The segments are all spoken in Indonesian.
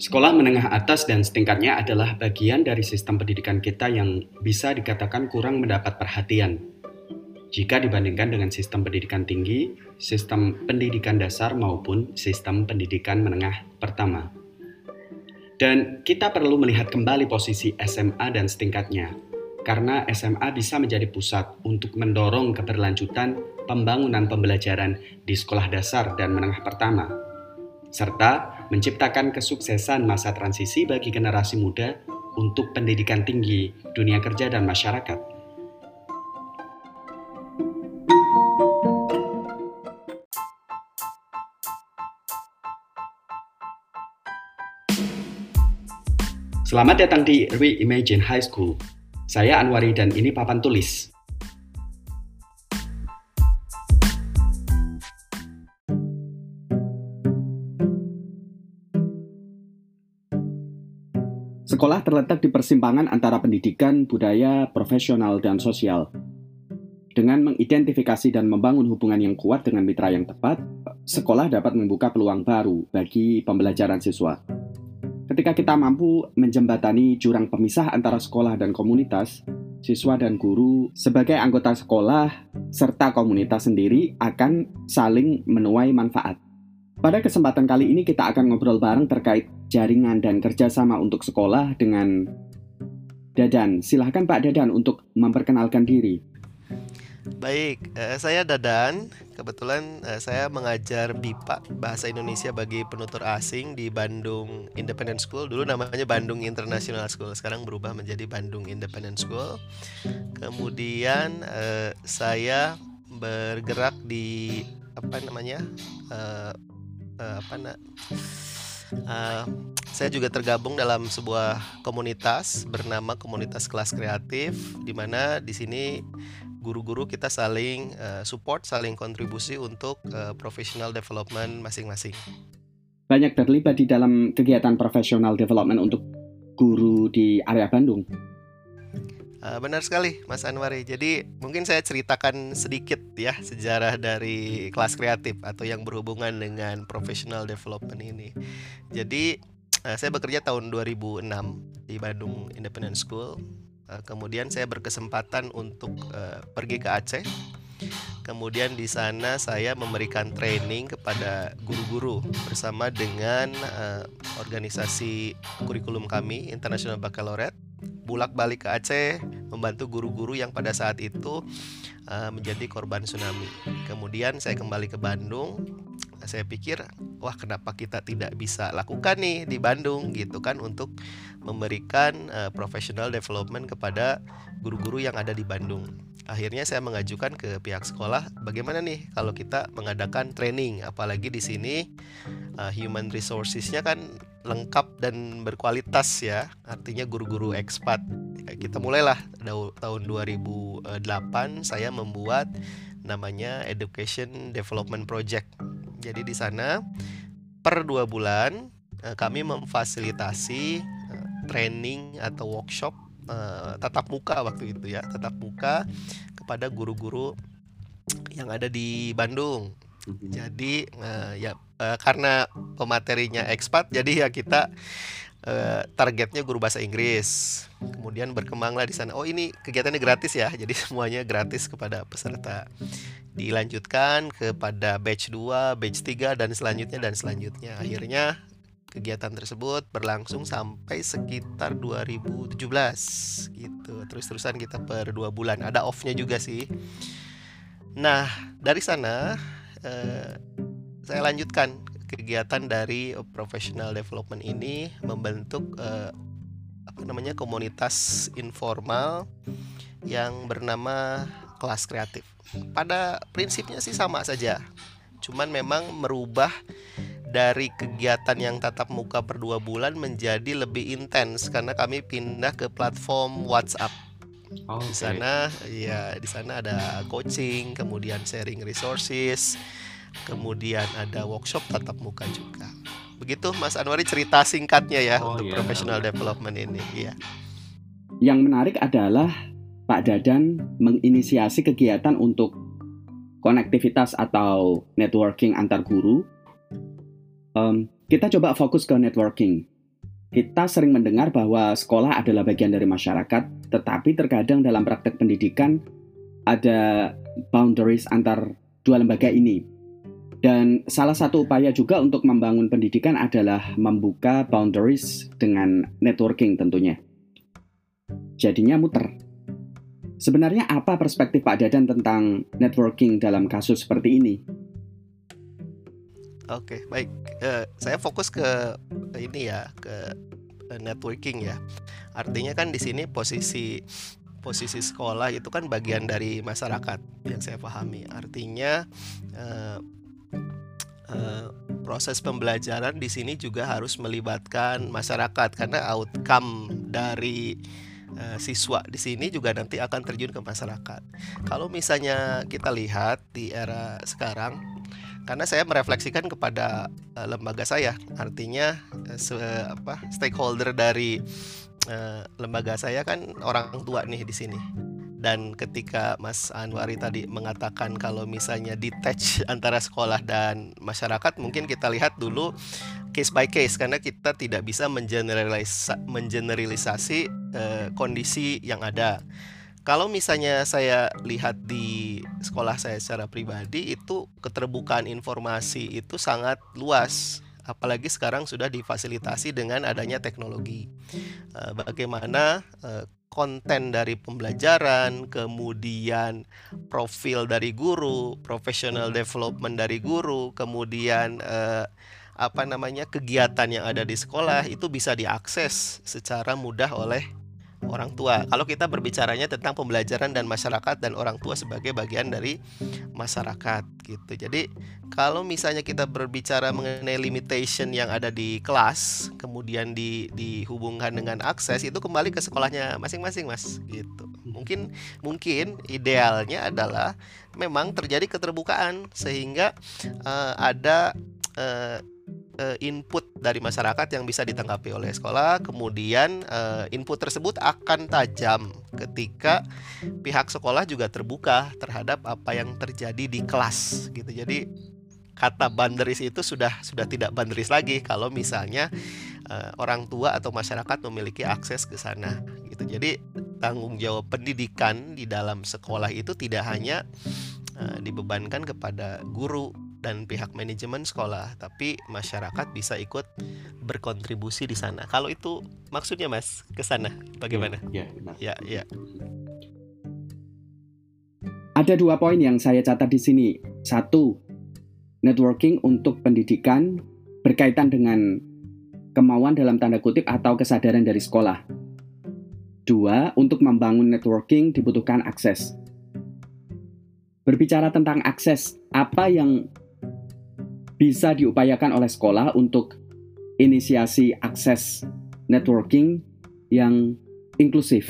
Sekolah menengah atas dan setingkatnya adalah bagian dari sistem pendidikan kita yang bisa dikatakan kurang mendapat perhatian jika dibandingkan dengan sistem pendidikan tinggi, sistem pendidikan dasar maupun sistem pendidikan menengah pertama. Dan kita perlu melihat kembali posisi SMA dan setingkatnya, karena SMA bisa menjadi pusat untuk mendorong keberlanjutan pembangunan pembelajaran di sekolah dasar dan menengah pertama, serta menciptakan kesuksesan masa transisi bagi generasi muda untuk pendidikan tinggi, dunia kerja, dan masyarakat. Selamat datang di Reimagine High School. Saya Anwari dan ini papan tulis. Sekolah terletak di persimpangan antara pendidikan, budaya, profesional, dan sosial. Dengan mengidentifikasi dan membangun hubungan yang kuat dengan mitra yang tepat, sekolah dapat membuka peluang baru bagi pembelajaran siswa. Ketika kita mampu menjembatani jurang pemisah antara sekolah dan komunitas, siswa dan guru sebagai anggota sekolah serta komunitas sendiri akan saling menuai manfaat. Pada kesempatan kali ini kita akan ngobrol bareng terkait jaringan dan kerjasama untuk sekolah dengan Dadan. Silahkan Pak Dadan untuk memperkenalkan diri. Baik, saya Dadan. Kebetulan saya mengajar BIPA, Bahasa Indonesia bagi Penutur Asing di Bandung Independent School. Dulu namanya Bandung International School, sekarang berubah menjadi Bandung Independent School. Kemudian saya bergerak di saya juga tergabung dalam sebuah komunitas bernama Komunitas Kelas Kreatif, di mana di sini guru-guru kita saling support, saling kontribusi untuk professional development masing-masing. Banyak terlibat di dalam kegiatan professional development untuk guru di area Bandung. Benar sekali, Mas Anwari. Jadi mungkin saya ceritakan sedikit ya sejarah dari kelas kreatif atau yang berhubungan dengan professional development ini. Jadi saya bekerja tahun 2006 di Bandung Independent School. Kemudian saya berkesempatan untuk pergi ke Aceh. Kemudian di sana saya memberikan training kepada guru-guru bersama dengan organisasi kurikulum kami, International Baccalaureate. Bulak-balik ke Aceh, membantu guru-guru yang pada saat itu menjadi korban tsunami. Kemudian saya kembali ke Bandung. Saya pikir, wah kenapa kita tidak bisa lakukan nih di Bandung gitu kan, untuk memberikan professional development kepada guru-guru yang ada di Bandung. Akhirnya saya mengajukan ke pihak sekolah, bagaimana nih kalau kita mengadakan training, apalagi di sini human resources-nya kan lengkap dan berkualitas ya, artinya guru-guru ekspat. Kita mulailah tahun 2008 saya membuat namanya Education Development Project. Jadi di sana per 2 bulan kami memfasilitasi training atau workshop tatap muka waktu itu ya, tatap muka kepada guru-guru yang ada di Bandung. Jadi karena pematerinya ekspat, jadi ya kita targetnya guru bahasa Inggris. Kemudian berkembanglah di sana. Oh, ini kegiatannya gratis ya. Jadi semuanya gratis kepada peserta. Dilanjutkan kepada batch 2, batch 3 dan selanjutnya. Akhirnya kegiatan tersebut berlangsung sampai sekitar 2017 gitu. Terus-terusan kita per 2 bulan. Ada off-nya juga sih. Nah, dari sana saya lanjutkan kegiatan dari professional development ini, membentuk komunitas informal yang bernama Kelas Kreatif. Pada prinsipnya sih sama saja, cuman memang merubah dari kegiatan yang tatap muka per 2 bulan menjadi lebih intens karena kami pindah ke platform WhatsApp. Di sana ada coaching, kemudian sharing resources, kemudian ada workshop tatap muka juga. Begitu Mas Anwari cerita singkatnya ya untuk professional development ini. Iya. Yang menarik adalah Pak Dadan menginisiasi kegiatan untuk konektivitas atau networking antar guru. Kita coba fokus ke networking. Kita sering mendengar bahwa sekolah adalah bagian dari masyarakat, tetapi terkadang dalam praktek pendidikan ada boundaries antar dua lembaga ini. Dan salah satu upaya juga untuk membangun pendidikan adalah membuka boundaries dengan networking tentunya. Jadinya muter. Sebenarnya apa perspektif Pak Dadan tentang networking dalam kasus seperti ini? Oke, baik. Saya fokus ke ini ya, ke networking ya. Artinya kan di sini posisi sekolah itu kan bagian dari masyarakat yang saya pahami. Artinya proses pembelajaran di sini juga harus melibatkan masyarakat, karena outcome dari siswa di sini juga nanti akan terjun ke masyarakat. Kalau misalnya kita lihat di era sekarang, karena saya merefleksikan kepada lembaga saya, artinya stakeholder dari lembaga saya kan orang tua nih di sini. Dan ketika Mas Anwari tadi mengatakan kalau misalnya detach antara sekolah dan masyarakat, mungkin kita lihat dulu case by case, karena kita tidak bisa mengeneralisasi kondisi yang ada. Kalau misalnya saya lihat di sekolah saya secara pribadi, itu keterbukaan informasi itu sangat luas. Apalagi sekarang sudah difasilitasi dengan adanya teknologi. Bagaimana konten dari pembelajaran, kemudian profil dari guru, professional development dari guru, kemudian kegiatan yang ada di sekolah itu bisa diakses secara mudah oleh orang tua. Kalau kita berbicaranya tentang pembelajaran dan masyarakat dan orang tua sebagai bagian dari masyarakat gitu. Jadi kalau misalnya kita berbicara mengenai limitation yang ada di kelas, kemudian dihubungkan dengan akses, itu kembali ke sekolahnya masing-masing, Mas, gitu. Mungkin idealnya adalah memang terjadi keterbukaan sehingga ada input dari masyarakat yang bisa ditanggapi oleh sekolah, kemudian input tersebut akan tajam ketika pihak sekolah juga terbuka terhadap apa yang terjadi di kelas gitu. Jadi kata boundaries itu sudah tidak boundaries lagi kalau misalnya orang tua atau masyarakat memiliki akses ke sana gitu. Jadi tanggung jawab pendidikan di dalam sekolah itu tidak hanya dibebankan kepada guru dan pihak manajemen sekolah, tapi masyarakat bisa ikut berkontribusi di sana. Kalau itu maksudnya, Mas, ke sana bagaimana? Ya, benar. Ya. Ada 2 poin yang saya catat di sini. 1, networking untuk pendidikan berkaitan dengan kemauan dalam tanda kutip atau kesadaran dari sekolah. 2, untuk membangun networking dibutuhkan akses. Berbicara tentang akses, apa yang bisa diupayakan oleh sekolah untuk inisiasi akses networking yang inklusif?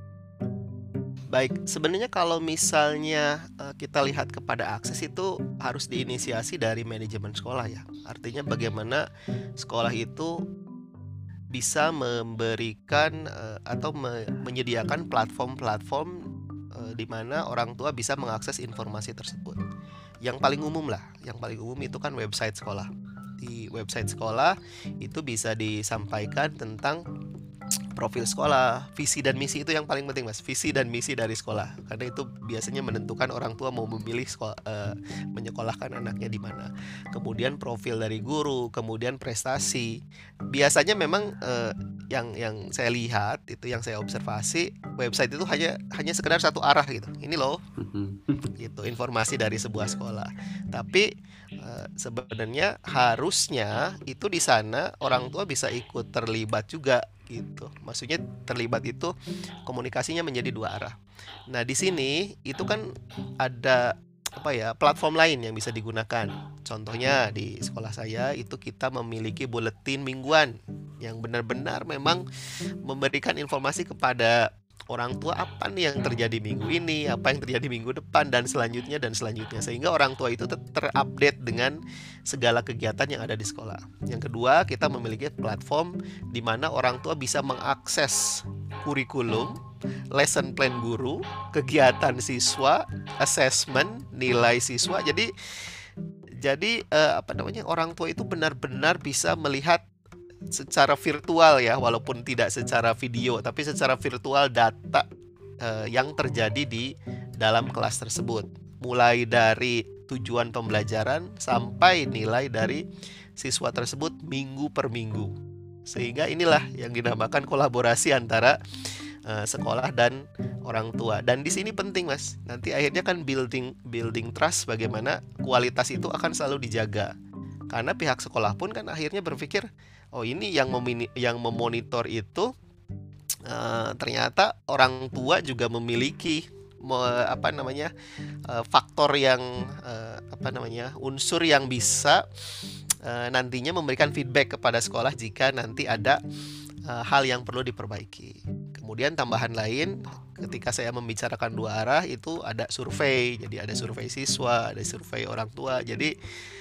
Baik, sebenarnya kalau misalnya kita lihat kepada akses itu harus diinisiasi dari manajemen sekolah ya. Artinya bagaimana sekolah itu bisa memberikan atau menyediakan platform-platform di mana orang tua bisa mengakses informasi tersebut. Yang paling umum itu kan website sekolah. Di website sekolah itu bisa disampaikan tentang profil sekolah, visi dan misi. Itu yang paling penting, Mas, visi dan misi dari sekolah, karena itu biasanya menentukan orang tua mau memilih menyekolahkan anaknya di mana. Kemudian profil dari guru, kemudian prestasi. Biasanya memang yang saya lihat itu, yang saya observasi, website itu hanya sekedar satu arah gitu. Ini loh gitu informasi dari sebuah sekolah. Tapi sebenarnya harusnya itu di sana orang tua bisa ikut terlibat juga gitu. Maksudnya terlibat itu komunikasinya menjadi 2 arah. Nah, di sini itu kan ada platform lain yang bisa digunakan. Contohnya di sekolah saya itu kita memiliki buletin mingguan yang benar-benar memang memberikan informasi kepada orang tua apa nih yang terjadi minggu ini, apa yang terjadi minggu depan, dan selanjutnya, sehingga orang tua itu terupdate dengan segala kegiatan yang ada di sekolah. Yang kedua, kita memiliki platform di mana orang tua bisa mengakses kurikulum, lesson plan guru, kegiatan siswa, assessment, nilai siswa. Jadi orang tua itu benar-benar bisa melihat secara virtual ya, walaupun tidak secara video, tapi secara virtual data yang terjadi di dalam kelas tersebut. Mulai dari tujuan pembelajaran sampai nilai dari siswa tersebut minggu per minggu. Sehingga inilah yang dinamakan kolaborasi antara sekolah dan orang tua. Dan di sini penting, Mas. Nanti akhirnya kan building trust, bagaimana kualitas itu akan selalu dijaga. Karena pihak sekolah pun kan akhirnya berpikir, oh ini yang memonitor itu ternyata orang tua juga memiliki faktor yang unsur yang bisa nantinya memberikan feedback kepada sekolah jika nanti ada hal yang perlu diperbaiki. Kemudian tambahan lain, ketika saya membicarakan dua arah itu ada survei. Jadi ada survei siswa, ada survei orang tua. Jadi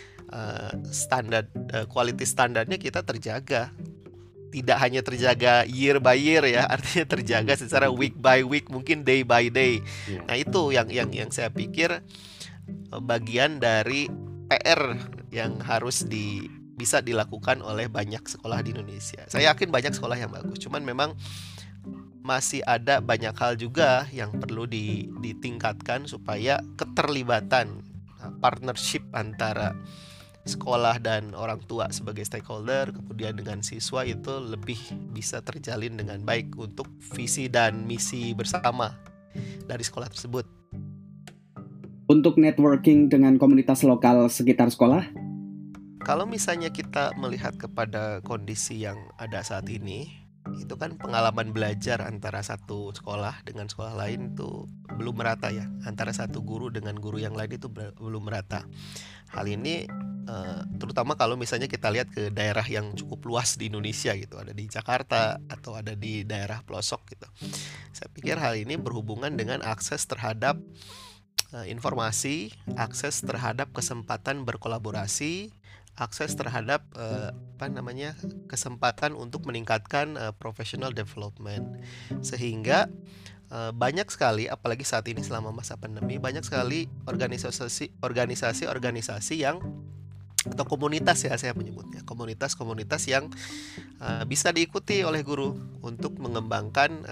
quality standarnya kita terjaga. Tidak hanya terjaga year by year ya, artinya terjaga secara week by week, mungkin day by day. Nah, itu yang saya pikir bagian dari PR yang harus bisa dilakukan oleh banyak sekolah di Indonesia. Saya yakin banyak sekolah yang bagus, cuman memang masih ada banyak hal juga yang perlu ditingkatkan supaya keterlibatan partnership antara sekolah dan orang tua sebagai stakeholder, kemudian dengan siswa itu lebih bisa terjalin dengan baik untuk visi dan misi bersama dari sekolah tersebut. Untuk networking dengan komunitas lokal sekitar sekolah? Kalau misalnya kita melihat kepada kondisi yang ada saat ini, itu kan pengalaman belajar antara satu sekolah dengan sekolah lain itu belum merata ya. Antara satu guru dengan guru yang lain itu belum merata. Hal ini terutama kalau misalnya kita lihat ke daerah yang cukup luas di Indonesia gitu, ada di Jakarta atau ada di daerah pelosok gitu. Saya pikir hal ini berhubungan dengan akses terhadap informasi, akses terhadap kesempatan berkolaborasi, akses terhadap kesempatan untuk meningkatkan professional development. Sehingga banyak sekali, apalagi saat ini selama masa pandemi, banyak sekali organisasi yang atau komunitas ya saya menyebutnya, komunitas-komunitas yang bisa diikuti oleh guru untuk mengembangkan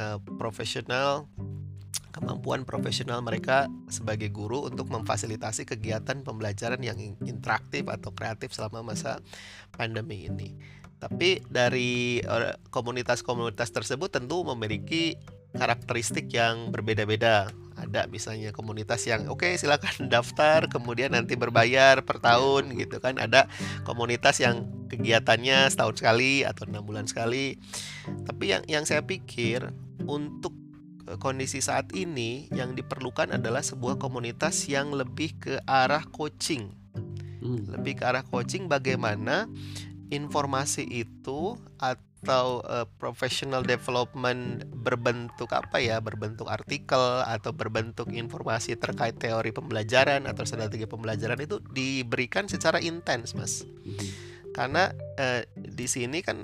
kemampuan profesional mereka sebagai guru untuk memfasilitasi kegiatan pembelajaran yang interaktif atau kreatif selama masa pandemi ini. Tapi dari komunitas-komunitas tersebut tentu memiliki karakteristik yang berbeda-beda. Ada misalnya komunitas yang silakan daftar, kemudian nanti berbayar per tahun gitu kan. Ada komunitas yang kegiatannya setahun sekali atau 6 bulan sekali. Tapi yang saya pikir untuk kondisi saat ini yang diperlukan adalah sebuah komunitas yang lebih ke arah coaching. Lebih ke arah coaching bagaimana informasi itu atau professional development berbentuk berbentuk artikel atau berbentuk informasi terkait teori pembelajaran atau strategi pembelajaran itu diberikan secara intens, Mas. Karena di sini kan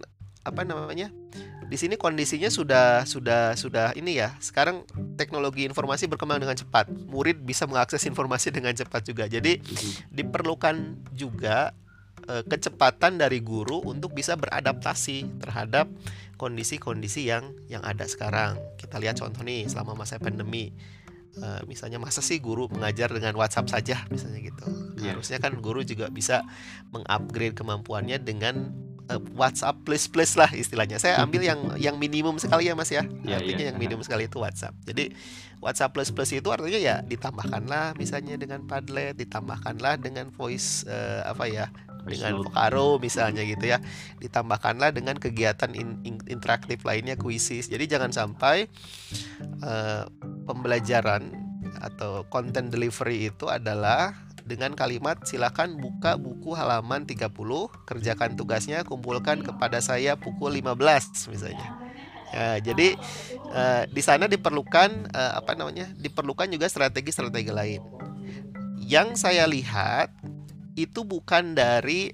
di sini kondisinya sudah ini ya. Sekarang teknologi informasi berkembang dengan cepat. Murid bisa mengakses informasi dengan cepat juga. Jadi diperlukan juga kecepatan dari guru untuk bisa beradaptasi terhadap kondisi-kondisi yang ada sekarang. Kita lihat contoh nih selama masa pandemi. Misalnya masa sih guru mengajar dengan WhatsApp saja misalnya gitu. Harusnya kan guru juga bisa mengupgrade kemampuannya dengan WhatsApp plus lah istilahnya. Saya ambil yang minimum sekali ya Mas ya. Artinya yang minimum sekali itu WhatsApp. Jadi WhatsApp plus itu artinya ya ditambahkanlah misalnya dengan Padlet, ditambahkanlah dengan voice dengan Vocaro misalnya gitu ya. Ditambahkanlah dengan kegiatan interaktif lainnya, kuisis. Jadi jangan sampai pembelajaran atau content delivery itu adalah dengan kalimat silakan buka buku halaman 30, kerjakan tugasnya, kumpulkan kepada saya pukul 15 misalnya. Ya, jadi di sana diperlukan diperlukan juga strategi-strategi lain. Yang saya lihat itu bukan dari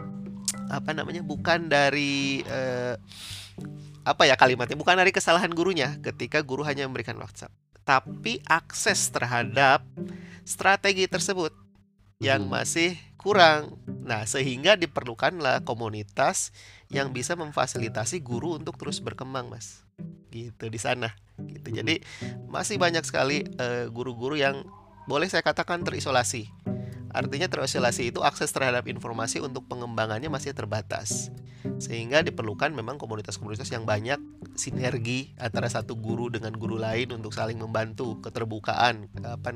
kalimatnya, bukan dari kesalahan gurunya ketika guru hanya memberikan WhatsApp, tapi akses terhadap strategi tersebut yang masih kurang. Nah, sehingga diperlukanlah komunitas yang bisa memfasilitasi guru untuk terus berkembang, Mas. Gitu di sana. Gitu. Jadi masih banyak sekali guru-guru yang boleh saya katakan terisolasi. Artinya terisolasi itu akses terhadap informasi untuk pengembangannya masih terbatas. Sehingga diperlukan memang komunitas-komunitas yang banyak sinergi antara satu guru dengan guru lain untuk saling membantu, keterbukaan,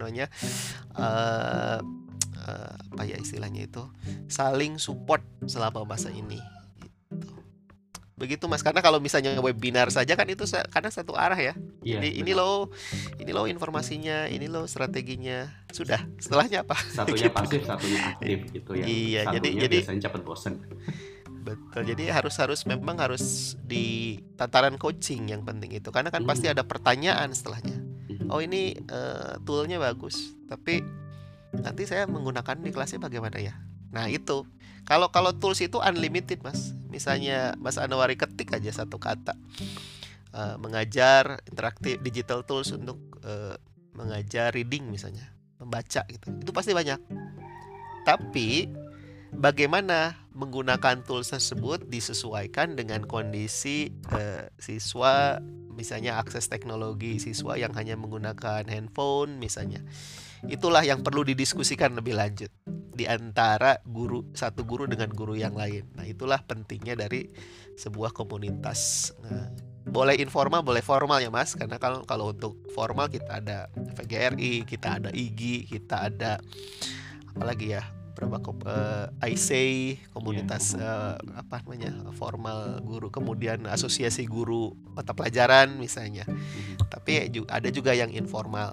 apa ya istilahnya itu, saling support selama masa ini gitu. Begitu Mas, karena kalau misalnya webinar saja kan itu karena satu arah ya. Iya, Jadi ini loh informasinya, ini loh strateginya. Sudah, setelahnya apa? Satunya Gitu. pasif, satunya aktif gitu ya. Iya, Satunya jadi biasanya cepat bosan. betul. Jadi memang harus di tataran coaching yang penting itu, karena kan pasti ada pertanyaan setelahnya. Oh ini toolnya bagus, tapi nanti saya menggunakan di kelasnya bagaimana ya? Nah itu, kalau tools itu unlimited Mas. Misalnya Mas Anwari ketik aja satu kata, mengajar interaktif digital tools untuk mengajar reading misalnya, membaca gitu. Itu pasti banyak. Tapi bagaimana menggunakan tools tersebut disesuaikan dengan kondisi siswa, misalnya akses teknologi siswa yang hanya menggunakan handphone misalnya. Itulah yang perlu didiskusikan lebih lanjut di antara satu guru dengan guru yang lain. Nah, itulah pentingnya dari sebuah komunitas. Nah, boleh informal, boleh formal ya Mas, karena kalau untuk formal kita ada VGRI, kita ada IGI, kita ada apalagi ya, ISEI, komunitas formal guru, kemudian asosiasi guru mata pelajaran misalnya. Tapi ada juga yang informal.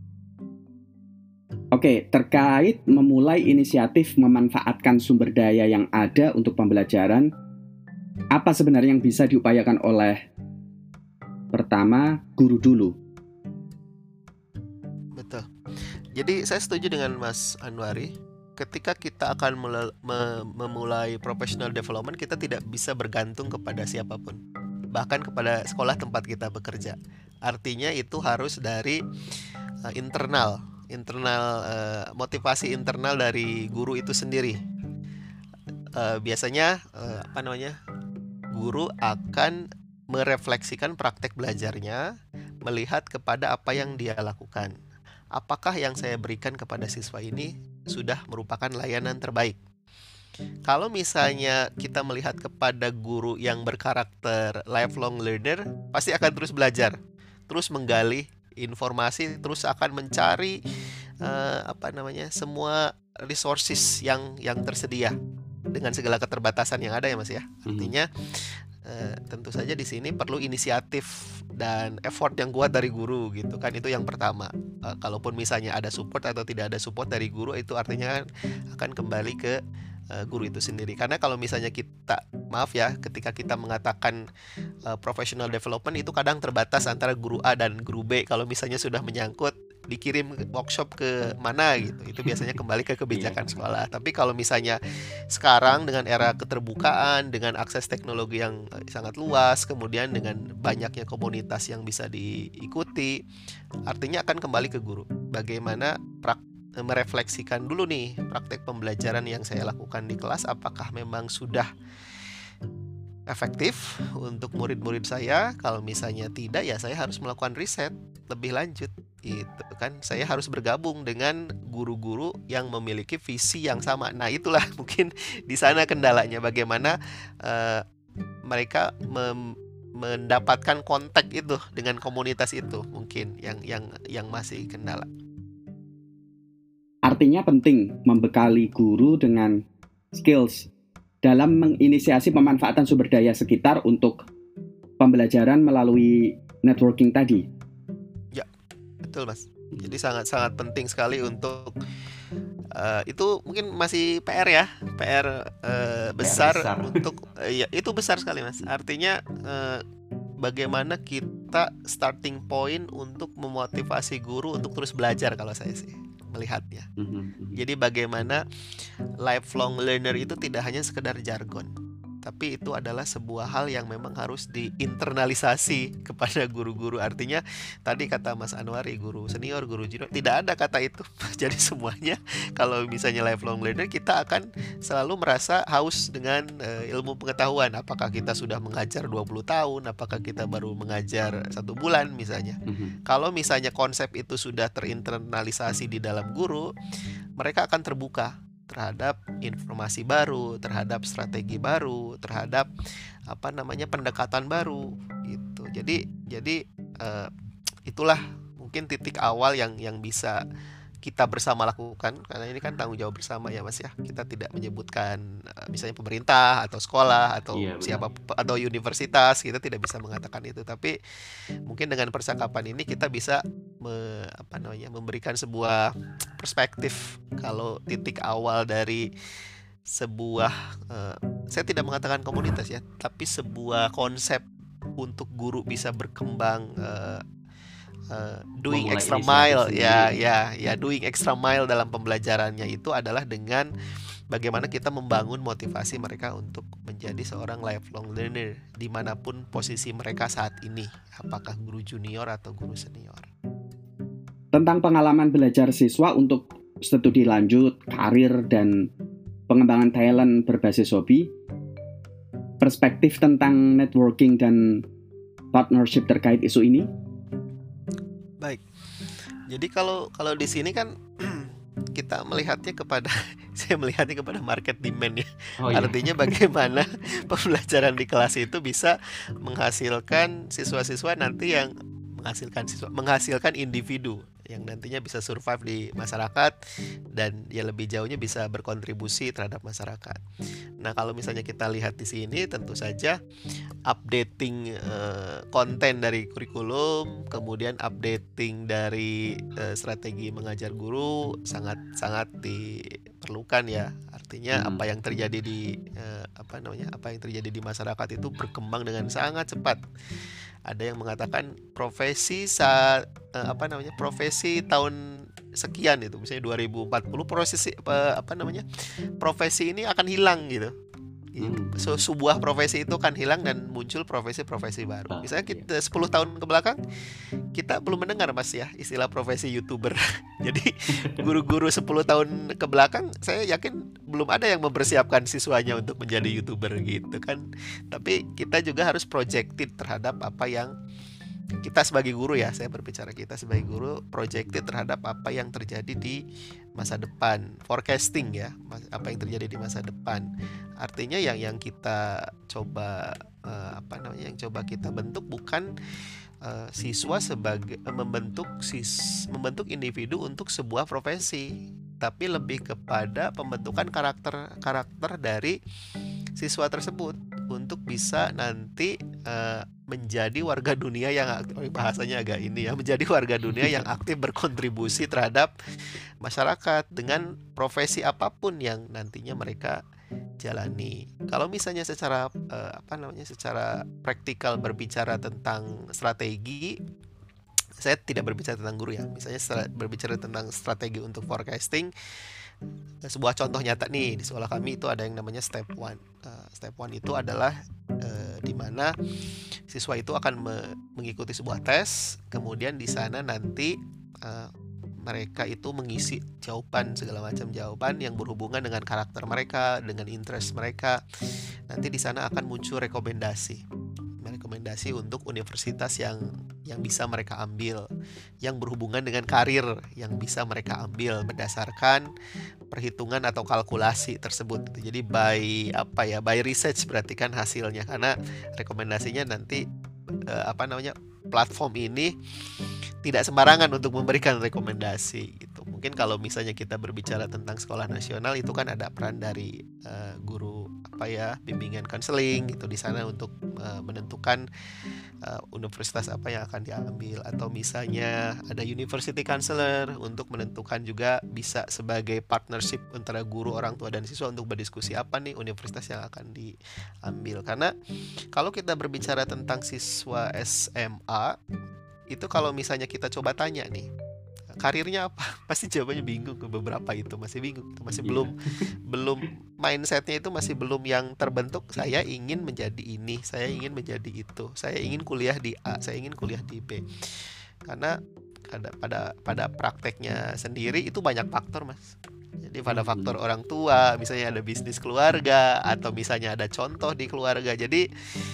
Oke, terkait memulai inisiatif memanfaatkan sumber daya yang ada untuk pembelajaran, apa sebenarnya yang bisa diupayakan oleh pertama guru dulu? Betul. Jadi saya setuju dengan Mas Anwari. Ketika kita akan memulai professional development, kita tidak bisa bergantung kepada siapapun, bahkan kepada sekolah tempat kita bekerja. Artinya itu harus dari internal, motivasi internal dari guru itu sendiri. Biasanya guru akan merefleksikan praktek belajarnya, melihat kepada apa yang dia lakukan. Apakah yang saya berikan kepada siswa ini sudah merupakan layanan terbaik? Kalau misalnya kita melihat kepada guru yang berkarakter lifelong learner, pasti akan terus belajar, terus menggali informasi, terus akan mencari semua resources yang tersedia dengan segala keterbatasan yang ada ya Mas ya. Artinya tentu saja di sini perlu inisiatif dan effort yang kuat dari guru gitu kan, itu yang pertama. Kalaupun misalnya ada support atau tidak ada support dari guru, itu artinya akan kembali ke guru itu sendiri. Karena kalau misalnya ketika kita mengatakan professional development, itu kadang terbatas antara guru A dan guru B. Kalau misalnya sudah menyangkut dikirim workshop ke mana gitu, itu biasanya kembali ke kebijakan sekolah. Tapi kalau misalnya sekarang dengan era keterbukaan, dengan akses teknologi yang sangat luas, kemudian dengan banyaknya komunitas yang bisa diikuti, artinya akan kembali ke guru. Bagaimana merefleksikan dulu nih praktek pembelajaran yang saya lakukan di kelas, apakah memang sudah efektif untuk murid-murid saya. Kalau misalnya tidak, ya saya harus melakukan riset lebih lanjut gitu kan. Saya harus bergabung dengan guru-guru yang memiliki visi yang sama. Nah, itulah mungkin di sana kendalanya, bagaimana mereka mendapatkan kontak itu dengan komunitas itu, mungkin yang masih kendala. Artinya penting membekali guru dengan skills dalam menginisiasi pemanfaatan sumber daya sekitar untuk pembelajaran melalui networking tadi. Ya, betul Mas. Jadi sangat-sangat penting sekali untuk itu mungkin masih PR besar untuk itu besar sekali Mas. Artinya bagaimana kita starting point untuk memotivasi guru untuk terus belajar, kalau saya sih melihatnya. Jadi bagaimana lifelong learner itu tidak hanya sekedar jargon, tapi itu adalah sebuah hal yang memang harus diinternalisasi kepada guru-guru. Artinya tadi kata Mas Anwari, guru senior, guru junior, tidak ada kata itu. Jadi semuanya kalau misalnya lifelong learner, kita akan selalu merasa haus dengan ilmu pengetahuan. Apakah kita sudah mengajar 20 tahun, apakah kita baru mengajar 1 bulan misalnya. Kalau misalnya konsep itu sudah terinternalisasi di dalam guru, mereka akan terbuka terhadap informasi baru, terhadap strategi baru, terhadap pendekatan baru gitu. Jadi itulah mungkin titik awal yang bisa kita bersama lakukan, karena ini kan tanggung jawab bersama ya Mas ya. Kita tidak menyebutkan misalnya pemerintah atau sekolah atau siapa atau universitas, kita tidak bisa mengatakan itu, tapi mungkin dengan percakapan ini kita bisa memberikan sebuah perspektif kalau titik awal dari sebuah saya tidak mengatakan komunitas ya, tapi sebuah konsep untuk guru bisa berkembang doing extra mile doing extra mile dalam pembelajarannya itu adalah dengan bagaimana kita membangun motivasi mereka untuk menjadi seorang lifelong learner dimanapun posisi mereka saat ini, apakah guru junior atau guru senior. Tentang pengalaman belajar siswa untuk studi lanjut, karir, dan pengembangan talent berbasis hobi, perspektif tentang networking dan partnership terkait isu ini. Baik, jadi kalau di sini kan kita melihatnya kepada saya melihatnya kepada market demand ya. Artinya bagaimana pembelajaran di kelas itu bisa menghasilkan siswa-siswa nanti yang menghasilkan individu yang nantinya bisa survive di masyarakat dan ya lebih jauhnya bisa berkontribusi terhadap masyarakat. Nah, kalau misalnya kita lihat di sini tentu saja updating konten dari kurikulum, kemudian updating dari strategi mengajar guru sangat diperlukan ya. Artinya apa yang terjadi di masyarakat itu berkembang dengan sangat cepat. Ada yang mengatakan profesi tahun sekian itu, misalnya 2040 profesi ini akan hilang gitu. Sebuah profesi itu akan hilang dan muncul profesi-profesi baru. Misalnya kita 10 tahun ke belakang kita belum mendengar Mas ya istilah profesi YouTuber. Jadi guru-guru 10 tahun ke belakang saya yakin belum ada yang mempersiapkan siswanya untuk menjadi YouTuber gitu kan. Tapi kita juga harus projected terhadap apa yang kita sebagai guru ya, saya berbicara kita sebagai guru projected terhadap apa yang terjadi di masa depan, forecasting ya, apa yang terjadi di masa depan. Artinya yang kita coba yang coba kita bentuk bukan siswa sebagai membentuk individu untuk sebuah profesi, tapi lebih kepada pembentukan karakter dari siswa tersebut untuk bisa nanti menjadi warga dunia yang bahasanya agak ini ya, menjadi warga dunia yang aktif berkontribusi terhadap masyarakat dengan profesi apapun yang nantinya mereka jalani. Kalau misalnya secara secara praktikal berbicara tentang strategi, saya tidak berbicara tentang guru ya. Misalnya berbicara tentang strategi untuk forecasting, sebuah contoh nyata nih di sekolah kami itu ada yang namanya step 1. Step 1 itu adalah di mana siswa itu akan mengikuti sebuah tes, kemudian di sana nanti mereka itu mengisi segala macam jawaban yang berhubungan dengan karakter mereka, dengan interest mereka. Nanti di sana akan muncul rekomendasi untuk universitas yang bisa mereka ambil, yang berhubungan dengan karir yang bisa mereka ambil berdasarkan perhitungan atau kalkulasi tersebut. Jadi by research berarti kan hasilnya, karena rekomendasinya nanti platform ini tidak sembarangan untuk memberikan rekomendasi gitu. Mungkin kalau misalnya kita berbicara tentang sekolah nasional itu kan ada peran dari guru bimbingan konseling gitu di sana untuk menentukan universitas apa yang akan diambil, atau misalnya ada university counselor untuk menentukan juga bisa sebagai partnership antara guru, orang tua dan siswa untuk berdiskusi apa nih universitas yang akan diambil. Karena kalau kita berbicara tentang siswa SMA itu, kalau misalnya kita coba tanya nih, karirnya apa? Pasti jawabannya bingung. Ke beberapa itu masih bingung, masih Iya. belum mindsetnya itu masih belum yang terbentuk. Saya ingin menjadi ini, saya ingin menjadi itu, saya ingin kuliah di A, saya ingin kuliah di B. Karena pada prakteknya sendiri itu banyak faktor, Mas. Jadi pada faktor orang tua, misalnya ada bisnis keluarga, atau misalnya ada contoh di keluarga. Jadi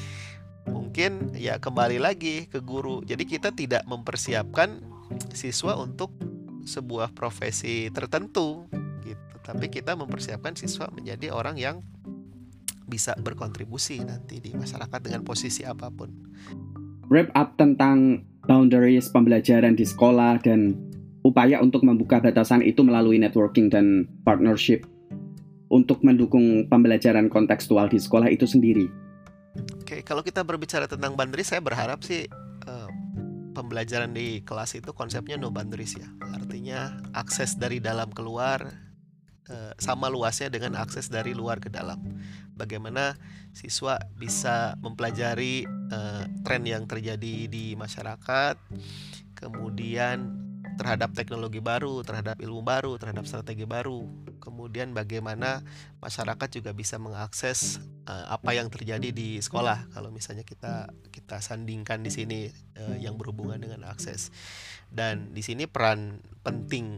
mungkin ya kembali lagi ke guru. Jadi kita tidak mempersiapkan siswa untuk sebuah profesi tertentu gitu, tapi kita mempersiapkan siswa menjadi orang yang bisa berkontribusi nanti di masyarakat dengan posisi apapun. Wrap up tentang boundaries pembelajaran di sekolah dan upaya untuk membuka batasan itu melalui networking dan partnership untuk mendukung pembelajaran kontekstual di sekolah itu sendiri. Oke, kalau kita berbicara tentang boundaries, saya berharap sih pembelajaran di kelas itu konsepnya no boundaries ya. Artinya akses dari dalam keluar sama luasnya dengan akses dari luar ke dalam. Bagaimana siswa bisa mempelajari tren yang terjadi di masyarakat, kemudian terhadap teknologi baru, terhadap ilmu baru, terhadap strategi baru. Kemudian bagaimana masyarakat juga bisa mengakses apa yang terjadi di sekolah. Kalau misalnya kita sandingkan di sini yang berhubungan dengan akses. Dan di sini peran penting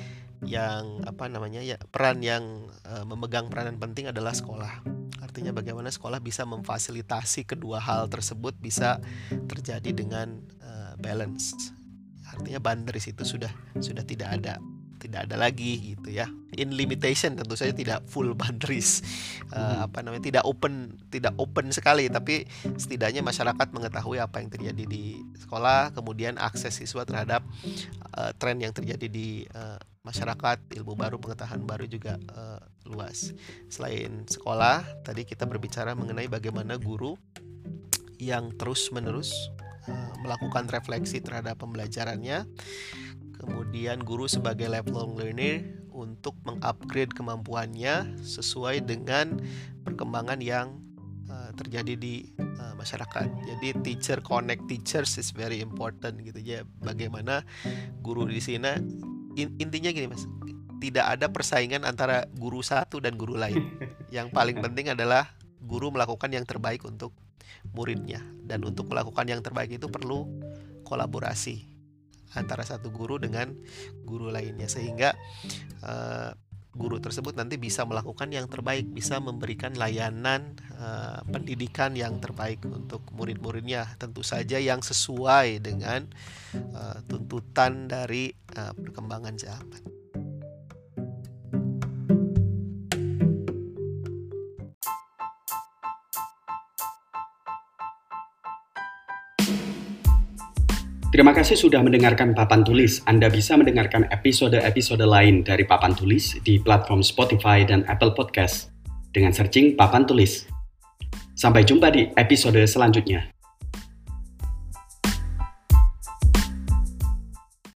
yang peran yang memegang peranan penting adalah sekolah. Artinya bagaimana sekolah bisa memfasilitasi kedua hal tersebut bisa terjadi dengan balance. Artinya boundaries itu sudah tidak ada lagi gitu ya. In limitation, tentu saja tidak full boundaries, tidak open sekali, tapi setidaknya masyarakat mengetahui apa yang terjadi di sekolah, kemudian akses siswa terhadap tren yang terjadi di masyarakat, ilmu baru, pengetahuan baru juga luas. Selain sekolah, tadi kita berbicara mengenai bagaimana guru yang terus-menerus melakukan refleksi terhadap pembelajarannya. Kemudian guru sebagai lifelong learner untuk mengupgrade kemampuannya sesuai dengan perkembangan yang terjadi di masyarakat. Jadi teacher connect teachers is very important gitu ya. Bagaimana guru di sini intinya gini, Mas. Tidak ada persaingan antara guru satu dan guru lain. Yang paling penting adalah guru melakukan yang terbaik untuk muridnya, dan untuk melakukan yang terbaik itu perlu kolaborasi antara satu guru dengan guru lainnya, sehingga guru tersebut nanti bisa melakukan yang terbaik, bisa memberikan layanan pendidikan yang terbaik untuk murid-muridnya, tentu saja yang sesuai dengan tuntutan dari perkembangan zaman. Terima kasih sudah mendengarkan Papan Tulis. Anda bisa mendengarkan episode-episode lain dari Papan Tulis di platform Spotify dan Apple Podcast dengan searching Papan Tulis. Sampai jumpa di episode selanjutnya.